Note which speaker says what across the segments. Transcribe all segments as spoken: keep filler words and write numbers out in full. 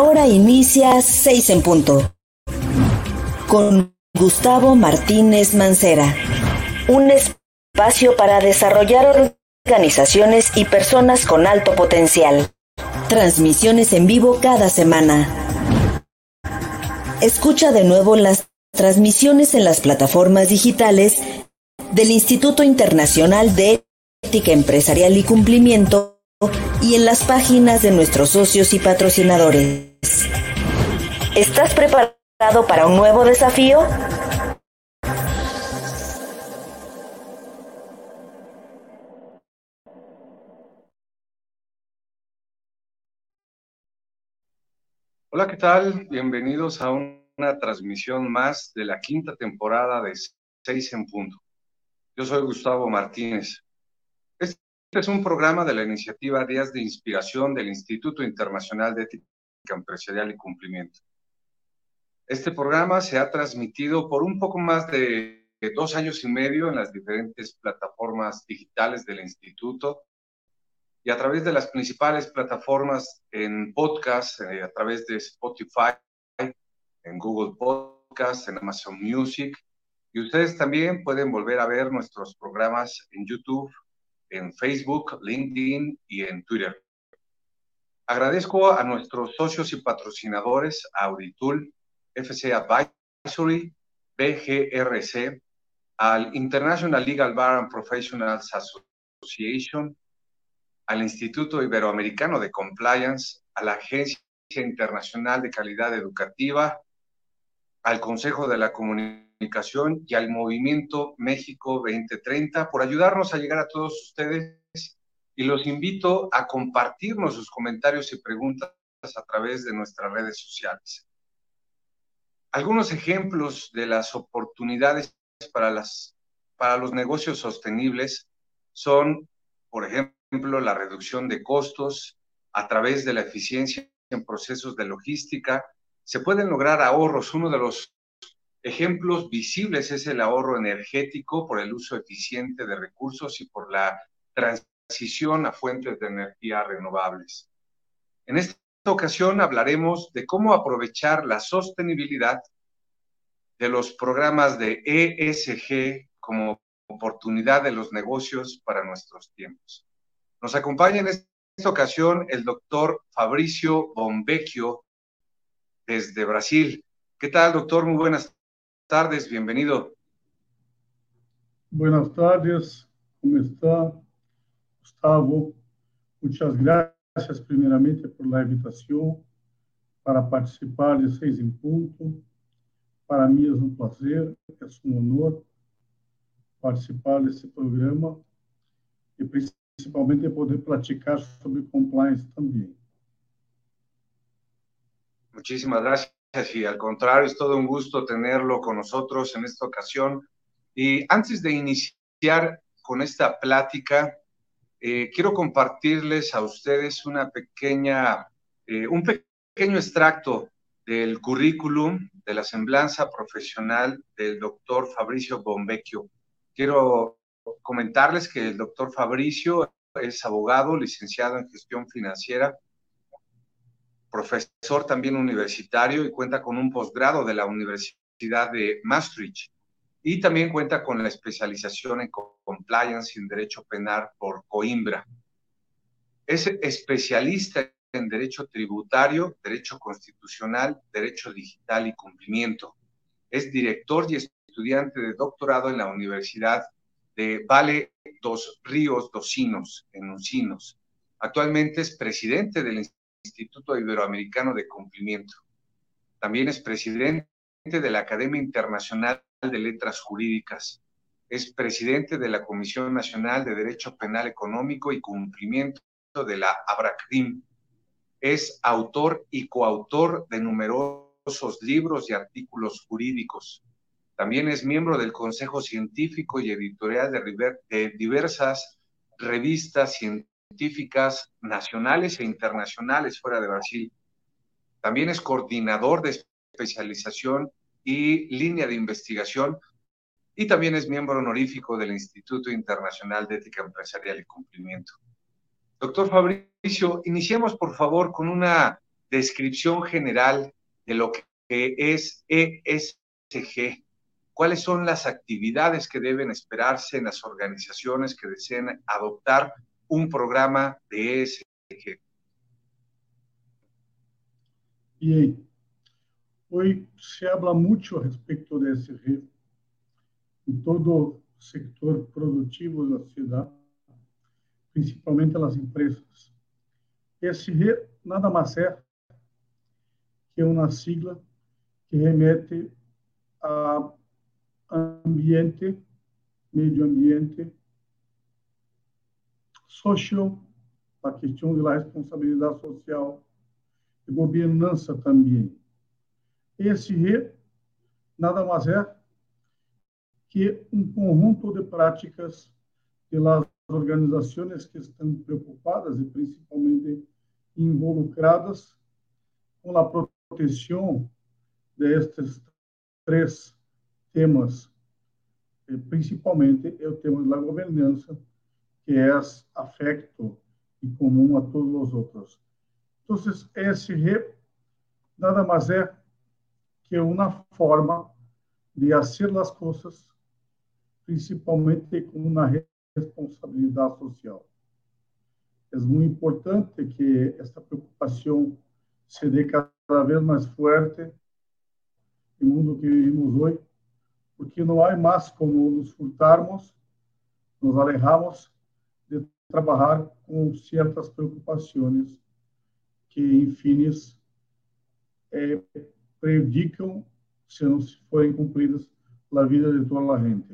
Speaker 1: Ahora inicia Seis en Punto con Gustavo Martínez Mancera, un espacio para desarrollar organizaciones y personas con alto potencial. Transmisiones en vivo cada semana. Escucha de nuevo las transmisiones en las plataformas digitales del Instituto Internacional de Ética Empresarial y Cumplimiento y en las páginas de nuestros socios y patrocinadores. ¿Estás preparado para un nuevo desafío?
Speaker 2: Hola, ¿qué tal? Bienvenidos a una transmisión más de la quinta temporada de Seis en Punto. Yo soy Gustavo Martínez. Este es un programa de la iniciativa Días de Inspiración del Instituto Internacional de Ética Empresarial y Cumplimiento. Este programa se ha transmitido por un poco más de dos años y medio en las diferentes plataformas digitales del instituto y a través de las principales plataformas en podcast, eh, a través de Spotify, en Google Podcast, en Amazon Music. Y ustedes también pueden volver a ver nuestros programas en YouTube, en Facebook, LinkedIn y en Twitter. Agradezco a nuestros socios y patrocinadores, a Auditul, F C Advisory, B G R C, al International Legal Bar and Professionals Association, al Instituto Iberoamericano de Compliance, a la Agencia Internacional de Calidad Educativa, al Consejo de la Comunicación y al Movimiento México veinte treinta por ayudarnos a llegar a todos ustedes, y los invito a compartirnos sus comentarios y preguntas a través de nuestras redes sociales. Algunos ejemplos de las oportunidades para, las, para los negocios sostenibles son, por ejemplo, la reducción de costos a través de la eficiencia en procesos de logística. Se pueden lograr ahorros. Uno de los ejemplos visibles es el ahorro energético por el uso eficiente de recursos y por la transición a fuentes de energía renovables. En esta ocasión hablaremos de cómo aprovechar la sostenibilidad de los programas de E S G como oportunidad de los negocios para nuestros tiempos. Nos acompaña en esta ocasión el doctor Fabrício Bombecchio desde Brasil. ¿Qué tal, doctor? Muy buenas tardes, bienvenido.
Speaker 3: Buenas tardes, ¿cómo está, Gustavo? Muchas gracias primeramente por la invitación para participar de Seis en Punto. Para mí es un placer, es un honor participar de este programa y principalmente poder platicar sobre compliance también.
Speaker 2: Muchísimas gracias, y al contrario, es todo un gusto tenerlo con nosotros en esta ocasión. Y antes de iniciar con esta plática, eh, quiero compartirles a ustedes una pequeña, eh, un pequeño extracto del currículum de la semblanza profesional del doctor Fabrício Bombecchio. Quiero comentarles que el doctor Fabrício es abogado, licenciado en gestión financiera, profesor también universitario y cuenta con un posgrado de la Universidad de Maastricht, y también cuenta con la especialización en compliance y en derecho penal por Coimbra. Es especialista en derecho tributario, derecho constitucional, derecho digital y cumplimiento. Es director y estudiante de doctorado en la Universidad de Vale dos Ríos dos Sinos, en Uncinos. Actualmente es presidente del Instituto Iberoamericano de Cumplimiento. También es presidente de la Academia Internacional de Letras Jurídicas. Es presidente de la Comisión Nacional de Derecho Penal Económico y Cumplimiento de la ABRACRIM. Es autor y coautor de numerosos libros y artículos jurídicos. También es miembro del Consejo Científico y Editorial de, de diversas revistas científicas nacionales e internacionales fuera de Brasil. También es coordinador de especialización y línea de investigación, y también es miembro honorífico del Instituto Internacional de Ética Empresarial y Cumplimiento. Doctor Fabrício, iniciemos por favor con una descripción general de lo que es E S G. ¿Cuáles son las actividades que deben esperarse en las organizaciones que deseen adoptar un programa de E S G?
Speaker 3: Bien, hoy se habla mucho respecto de E S G en todo el sector productivo de la ciudad, principalmente las empresas. E S G nada más es que una sigla que remete a ambiente, medio ambiente, social, a questão da responsabilidade social e governança também. E S G nada mais é que um conjunto de práticas das organizações que estão preocupadas e principalmente involucradas com a proteção destes três temas, principalmente é o tema da governança, que é afecto e comum a todos os outros. Então, E S G nada mais é que uma forma de fazer as coisas, principalmente com uma responsabilidade social. É muito importante que esta preocupação se dê cada vez mais forte no mundo que vivimos hoje, porque não há mais como nos furtarmos, nos alejarmos de trabalhar com certas preocupações que, em fins, eh, prejudicam, se não forem cumpridas, a vida de toda a gente.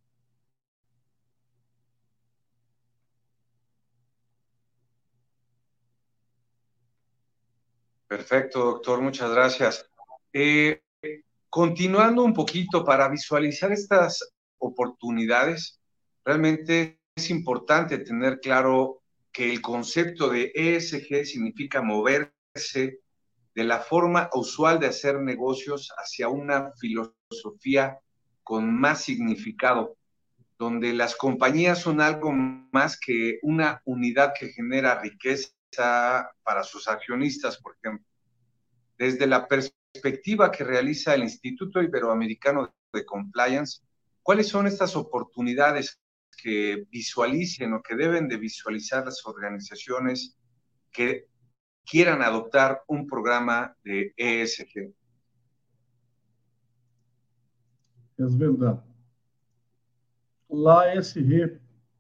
Speaker 2: Perfecto, doctor, muchas gracias. Eh, continuando un poquito para visualizar estas oportunidades, realmente es importante tener claro que el concepto de E S G significa moverse de la forma usual de hacer negocios hacia una filosofía con más significado, donde las compañías son algo más que una unidad que genera riqueza para sus accionistas, por ejemplo. Desde la perspectiva que realiza el Instituto Iberoamericano de Compliance, ¿cuáles son estas oportunidades que visualicen o que deben de visualizar las organizaciones que quieran adoptar un programa de E S G?
Speaker 3: Es verdad. La E S G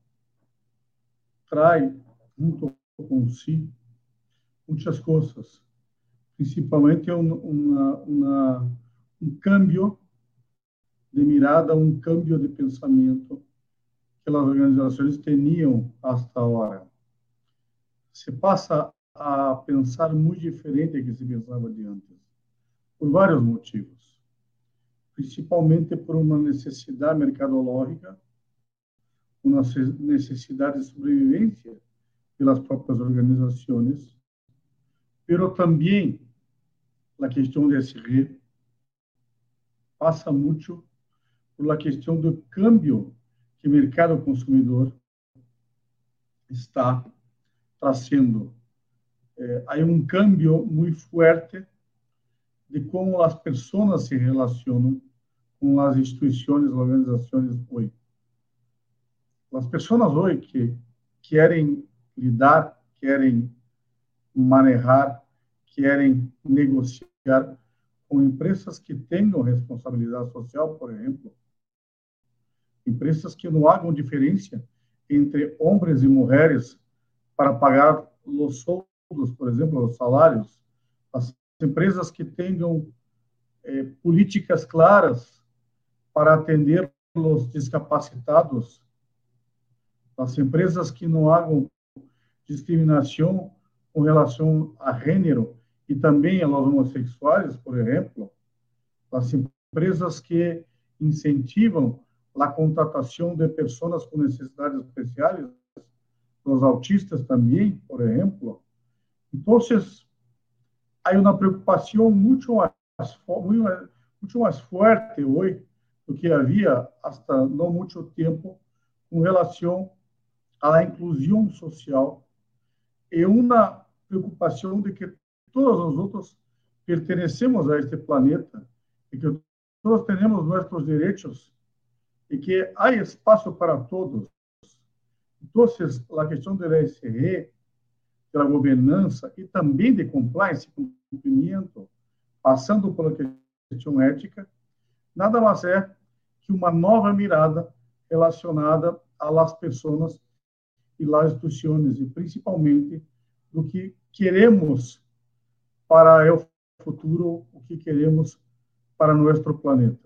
Speaker 3: trae junto con sí muchas cosas, principalmente un, una, una, un cambio de mirada, un cambio de pensamiento que las organizaciones tenían hasta ahora. Se pasa a pensar muy diferente de que se pensaba de antes, por varios motivos, principalmente por uma necessidade mercadológica, uma necessidade de sobrevivência pelas próprias organizações, pero também a questão de E S G passa muito por a questão do câmbio que o mercado consumidor está trazendo. Eh, há um câmbio muito forte de como as pessoas se relacionam com as instituições, as organizações hoje. As pessoas hoje que querem lidar, querem manejar, querem negociar com empresas que tenham responsabilidade social, por exemplo, empresas que não hagam diferença entre homens e mulheres para pagar os soldos, por exemplo, os salários, as empresas que tenham eh, políticas claras para atender os discapacitados, as empresas que não hagam discriminação com relação a gênero e também a los homossexuais, por exemplo, as empresas que incentivam a contratação de pessoas com necessidades especiais, os autistas também, por exemplo. Então, há uma preocupação muito mais, muito, muito mais forte hoje do que havia hasta não muito tempo com relação à inclusão social e uma preocupação de que todos nosotros pertenecemos a este planeta y que todos tenemos nuestros derechos y que hay espacio para todos. Entonces, la cuestión de la E S G, de la gobernanza y también de compliance, cumplimiento, pasando por la cuestión ética, nada más é que uma nova mirada relacionada a las pessoas e las instituições, e principalmente do que queremos para o futuro, o que queremos para nuestro planeta.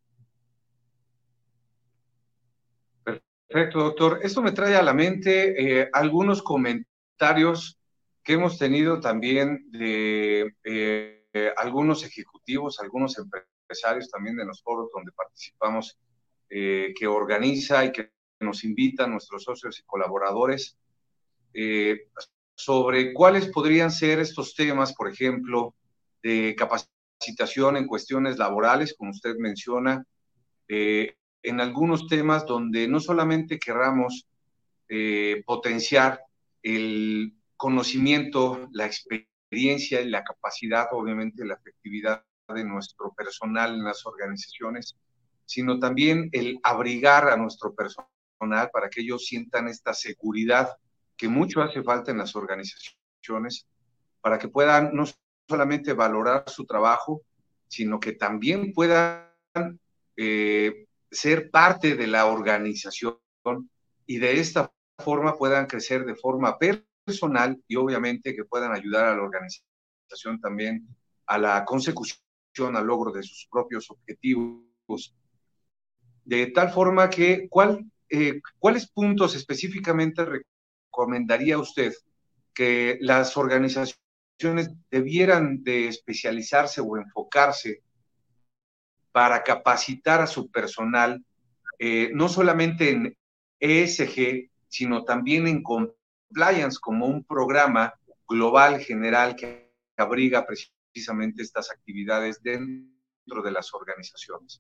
Speaker 2: Perfecto, doctor. Esto me trae a la mente eh, algunos comentarios que hemos tenido también de eh, eh, algunos ejecutivos, algunos empresarios también de los foros donde participamos, eh, que organiza y que nos invitan nuestros socios y colaboradores, eh, sobre cuáles podrían ser estos temas, por ejemplo, de capacitación en cuestiones laborales, como usted menciona, eh, en algunos temas donde no solamente querramos eh, potenciar el conocimiento, la experiencia y la capacidad, obviamente la efectividad de nuestro personal en las organizaciones, sino también el abrigar a nuestro personal para que ellos sientan esta seguridad que mucho hace falta en las organizaciones, para que puedan no solamente valorar su trabajo, sino que también puedan eh, ser parte de la organización y de esta forma puedan crecer de forma personal y obviamente que puedan ayudar a la organización también a la consecución, al logro de sus propios objetivos. De tal forma que, ¿cuál, eh, ¿cuáles puntos específicamente recomendaría usted que las organizaciones debieran de especializarse o enfocarse para capacitar a su personal, eh, no solamente en E S G, sino también en compliance, como un programa global general que abriga precisamente estas actividades dentro de las organizaciones?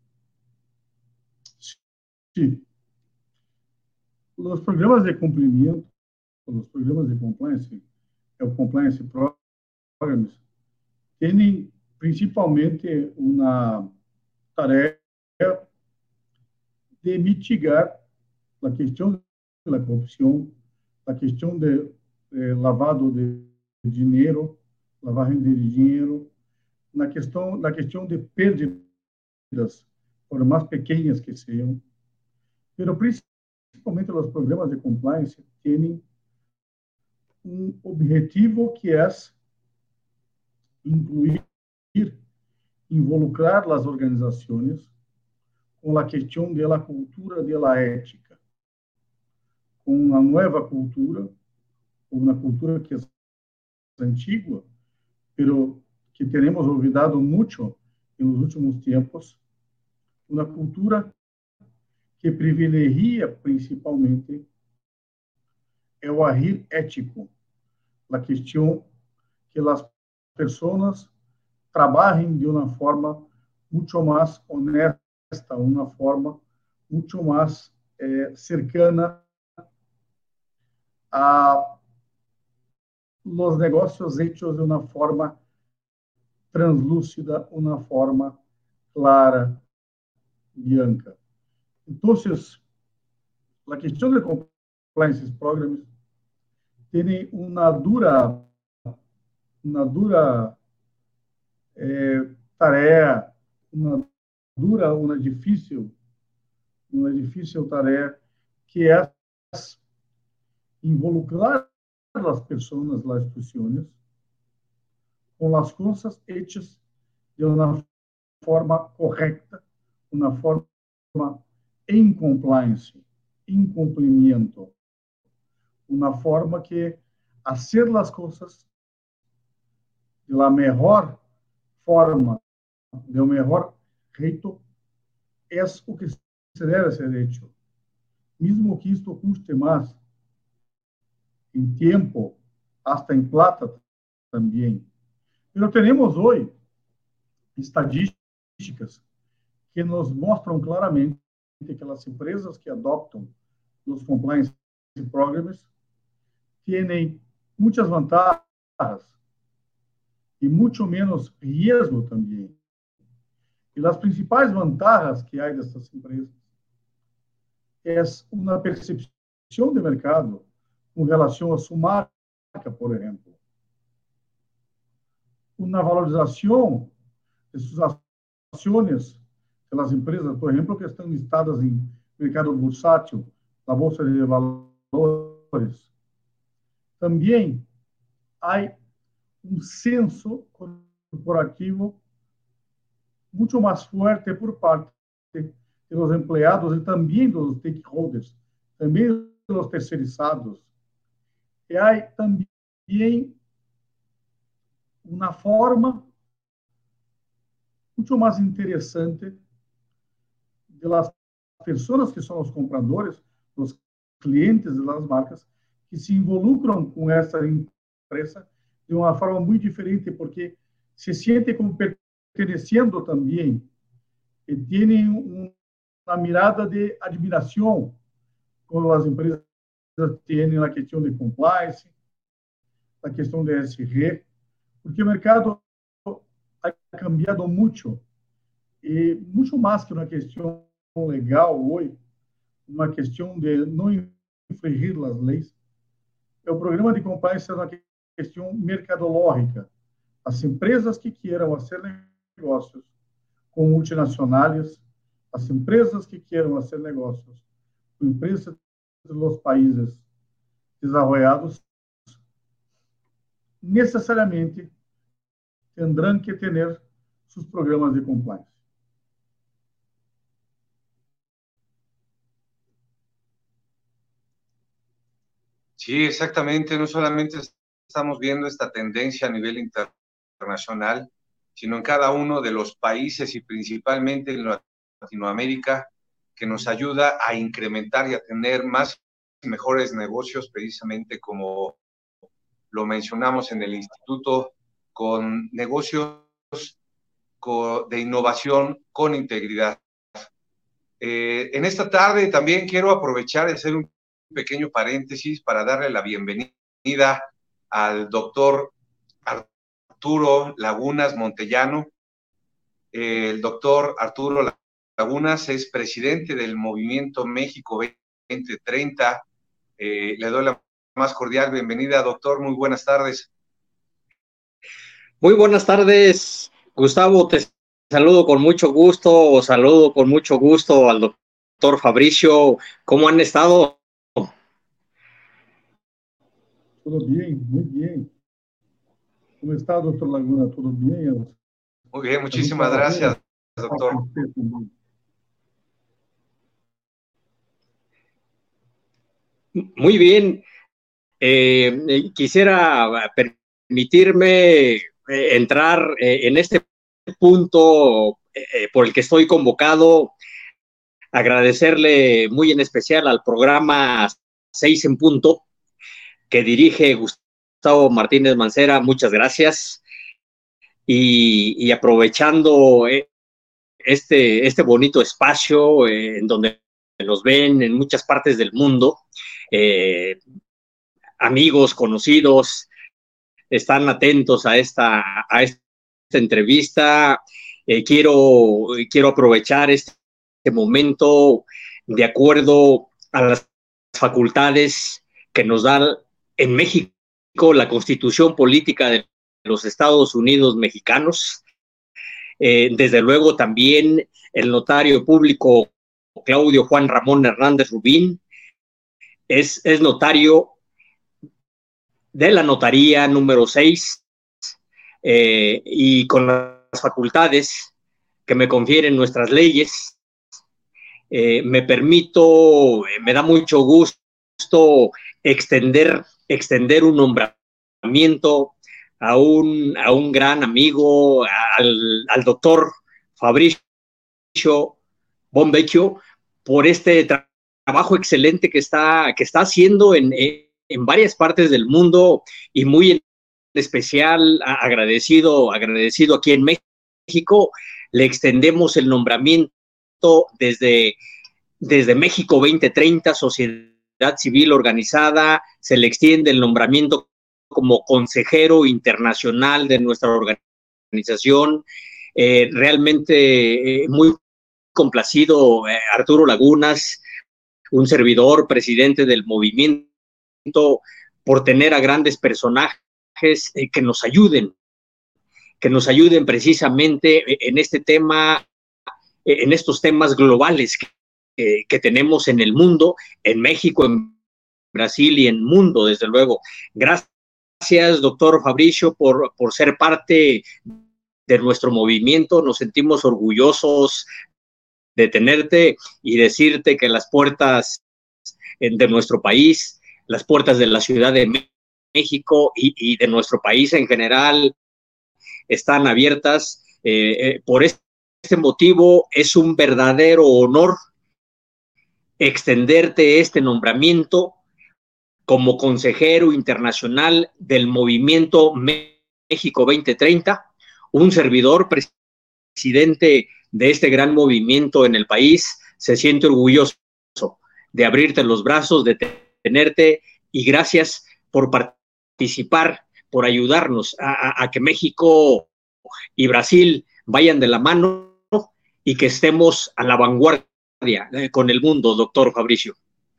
Speaker 3: Sí. Los programas de cumplimiento, los programas de compliance, el compliance programs, tienen principalmente una tarea de mitigar la cuestión de la corrupción, la cuestión de eh, lavado de dinero, lavagem de dinheiro, na questão, na questão de pérdidas, por mais pequenas que sejam, pero principalmente os programas de compliance têm um objetivo que é incluir, involucrar as organizações com a questão da cultura da ética, com uma nova cultura, uma cultura que é antiga, pero que temos olvidado muito nos últimos tempos, uma cultura que privilegia principalmente é o agir ético, a questão que as pessoas trabalhem de uma forma muito mais honesta, uma forma muito mais eh, cercana a los negócios hechos de uma forma translúcida, uma forma clara, bianca. Então, a questão de compliance programs tem uma dura, uma dura eh, tarefa, uma dura, uma difícil, uma difícil tarefa que é involucrar as pessoas, as instituições, com as coisas hechas de uma forma correta, uma forma em compliance, em cumprimento, uma forma que fazer as coisas de la melhor forma, do melhor jeito, é o que se deve ser hecho. Mesmo que isto custe mais em tempo, hasta em plata também. Mas temos hoje estatísticas que nos mostram claramente que as empresas que adoptam os compliance programs têm muitas vantagens y mucho menos riesgo también. Y las principales ventajas que hay de estas empresas es una percepción de mercado con relación a su marca, por ejemplo. Una valorización de sus acciones de las empresas, por ejemplo, que están listadas en mercado bursátil, la bolsa de valores. También hay un censo corporativo mucho más fuerte por parte de los empleados y también de los stakeholders, también de los tercerizados. Y hay también una forma mucho más interesante de las personas que son los compradores, los clientes de las marcas, que se involucran con esta empresa de una forma muy diferente, porque se siente como perteneciendo también, y tienen una mirada de admiración cuando las empresas tienen la cuestión de compliance, la cuestión de E S G, porque el mercado ha cambiado mucho, y mucho más que una cuestión legal hoy, uma questão de não infringir as leis. O programa de compliance é uma questão mercadológica. As empresas que queiram fazer negócios com multinacionais, as empresas que queiram fazer negócios com empresas dos países desenvolvidos, necessariamente terão que ter seus programas de compliance.
Speaker 2: Sí, exactamente. No solamente estamos viendo esta tendencia a nivel internacional, sino en cada uno de los países y principalmente en Latinoamérica, que nos ayuda a incrementar y a tener más y mejores negocios, precisamente como lo mencionamos en el instituto, con negocios de innovación con integridad. Eh, en esta tarde también quiero aprovechar de hacer un pequeño paréntesis para darle la bienvenida al doctor Arturo Lagunas Montellano. El doctor Arturo Lagunas es presidente del Movimiento México veinte treinta. Eh, le doy la más cordial bienvenida, doctor. Muy buenas tardes.
Speaker 4: Muy buenas tardes, Gustavo. Te saludo con mucho gusto, saludo con mucho gusto al doctor Fabricio. ¿Cómo han estado?
Speaker 3: Todo bien, muy bien. ¿Cómo está, doctor Laguna? ¿Todo bien?
Speaker 2: Muy bien, muchísimas gracias, doctor.
Speaker 4: Muy bien. Eh, quisiera permitirme eh, entrar eh, en este punto eh, por el que estoy convocado, agradecerle muy en especial al programa seis en punto, que dirige Gustavo Martínez Mancera. Muchas gracias. Y, y aprovechando este, este bonito espacio eh, en donde nos ven en muchas partes del mundo, eh, amigos, conocidos, están atentos a esta, a esta entrevista. Eh, quiero, quiero aprovechar este momento de acuerdo a las facultades que nos da en México la Constitución Política de los Estados Unidos Mexicanos. Eh, desde luego también el notario público Claudio Juan Ramón Hernández Rubín es, es notario de la notaría número seis, eh, y con las facultades que me confieren nuestras leyes, eh, me permito, eh, me da mucho gusto extender, extender un nombramiento a un, a un gran amigo, al, al doctor Fabricio Bonvecchio, por este tra trabajo excelente que está, que está haciendo en, en varias partes del mundo, y muy en especial agradecido, agradecido aquí en México. Le extendemos el nombramiento desde, desde México veinte treinta, Sociedad Civil Organizada, se le extiende el nombramiento como consejero internacional de nuestra organización. Eh, realmente eh, muy complacido, eh, Arturo Lagunas, un servidor, presidente del movimiento, por tener a grandes personajes eh, que nos ayuden, que nos ayuden precisamente en este tema, en estos temas globales que, eh, que tenemos en el mundo, en México, en Brasil y en el mundo, desde luego. Gracias, doctor Fabricio, por, por ser parte de nuestro movimiento. Nos sentimos orgullosos de tenerte y decirte que las puertas de nuestro país, las puertas de la Ciudad de México y, y de nuestro país en general están abiertas. Eh, eh, por este motivo es un verdadero honor extenderte este nombramiento como consejero internacional del Movimiento México veinte treinta, un servidor, presidente de este gran movimiento en el país, se siente orgulloso de abrirte los brazos, de tenerte, y gracias por participar, por ayudarnos a, a, a que México y Brasil vayan de la mano y que estemos a la vanguardia eh, con el mundo, doctor Fabricio.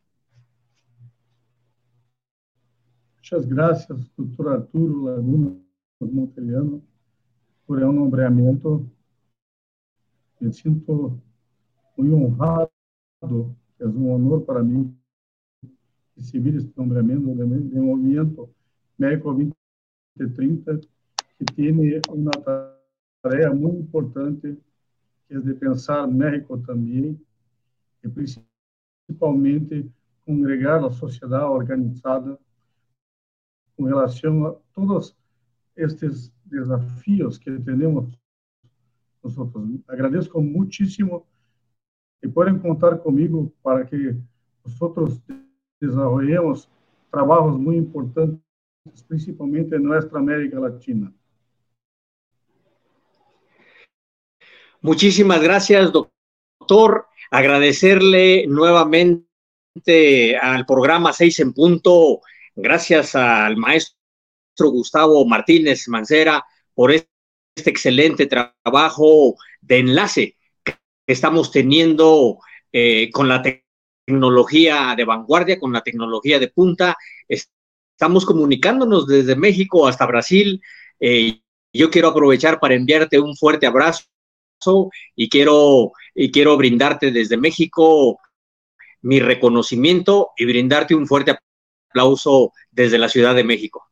Speaker 3: Muchas gracias, doctor Arturo Lagunas Monteliano, por el nombramiento. Me siento muy honrado, es un honor para mí recibir este nombramiento del Movimiento México veinte treinta, que tiene una tarea muy importante, que es de pensar México también, y principalmente congregar la sociedad organizada con relación a todos estos desafíos que tenemos nosotros. Agradezco muchísimo y pueden contar conmigo para que nosotros desarrollemos trabajos muy importantes, principalmente en nuestra América Latina.
Speaker 4: Muchísimas gracias, doctor. Agradecerle nuevamente al programa seis en punto, gracias al maestro Gustavo Martínez Mancera por este excelente trabajo de enlace que estamos teniendo eh, con la tecnología de vanguardia, con la tecnología de punta. Estamos comunicándonos desde México hasta Brasil. Eh, yo quiero aprovechar para enviarte un fuerte abrazo y quiero, y quiero brindarte desde México mi reconocimiento y brindarte un fuerte aplauso desde la Ciudad de México.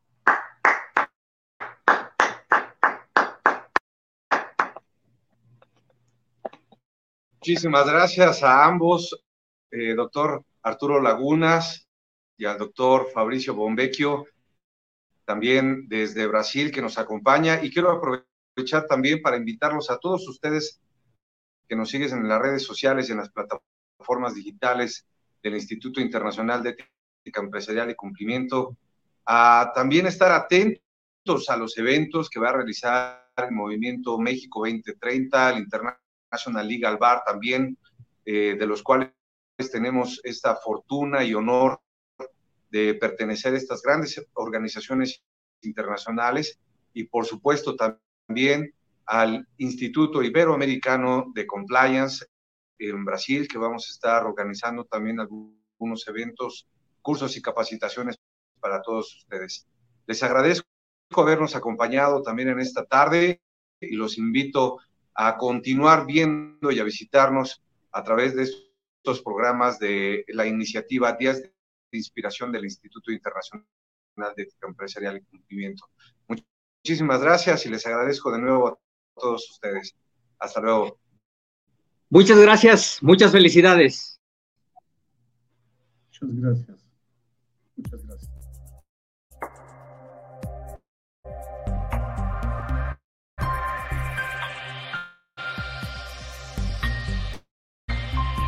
Speaker 2: Muchísimas gracias a ambos, eh, doctor Arturo Lagunas y al doctor Fabricio Bombecchio, también desde Brasil, que nos acompaña. Y quiero aprovechar también para invitarlos a todos ustedes que nos siguen en las redes sociales y en las plataformas digitales del Instituto Internacional de Ética Empresarial y Cumplimiento, a también estar atentos a los eventos que va a realizar el Movimiento México veinte treinta, el International Legal Bar también, eh, de los cuales tenemos esta fortuna y honor de pertenecer a estas grandes organizaciones internacionales, y por supuesto también al Instituto Iberoamericano de Compliance en Brasil, que vamos a estar organizando también algunos eventos, cursos y capacitaciones para todos ustedes. Les agradezco habernos acompañado también en esta tarde y los invito a continuar viendo y a visitarnos a través de estos programas de la iniciativa Días de Inspiración del Instituto Internacional de Ética Empresarial y Cumplimiento. Muchísimas gracias y les agradezco de nuevo a todos ustedes. Hasta luego.
Speaker 4: Muchas gracias, muchas felicidades.
Speaker 3: Muchas gracias. Muchas gracias.